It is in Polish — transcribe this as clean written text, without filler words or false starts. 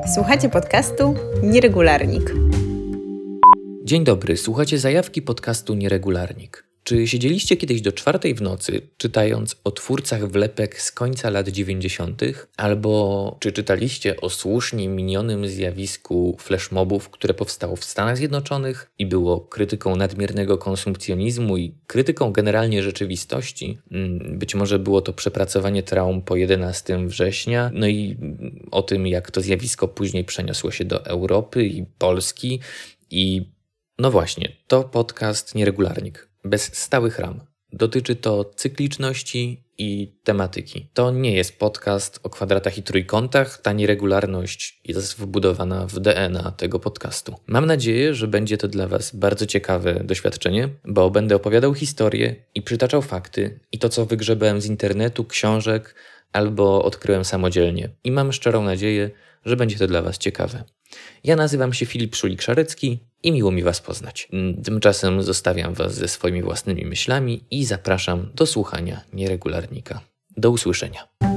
Słuchacie podcastu Nieregularnik. Dzień dobry, słuchacie zajawki podcastu Nieregularnik. Czy siedzieliście kiedyś do 4 w nocy, czytając o twórcach wlepek z końca lat 90., albo czy czytaliście o słusznie minionym zjawisku flashmobów, które powstało w Stanach Zjednoczonych i było krytyką nadmiernego konsumpcjonizmu i krytyką generalnie rzeczywistości? Być może było to przepracowanie traum po 11 września, no i o tym, jak to zjawisko później przeniosło się do Europy i Polski i no właśnie, to podcast Nieregularnik. Bez stałych ram. Dotyczy to cykliczności i tematyki. To nie jest podcast o kwadratach i trójkątach. Ta nieregularność jest wbudowana w DNA tego podcastu. Mam nadzieję, że będzie to dla Was bardzo ciekawe doświadczenie, bo będę opowiadał historie i przytaczał fakty i to, co wygrzebałem z internetu, książek albo odkryłem samodzielnie. I mam szczerą nadzieję, że będzie to dla Was ciekawe. Ja nazywam się Filip Szulik-Szarecki i miło mi Was poznać. Tymczasem zostawiam Was ze swoimi własnymi myślami i zapraszam do słuchania Nieregularnika. Do usłyszenia.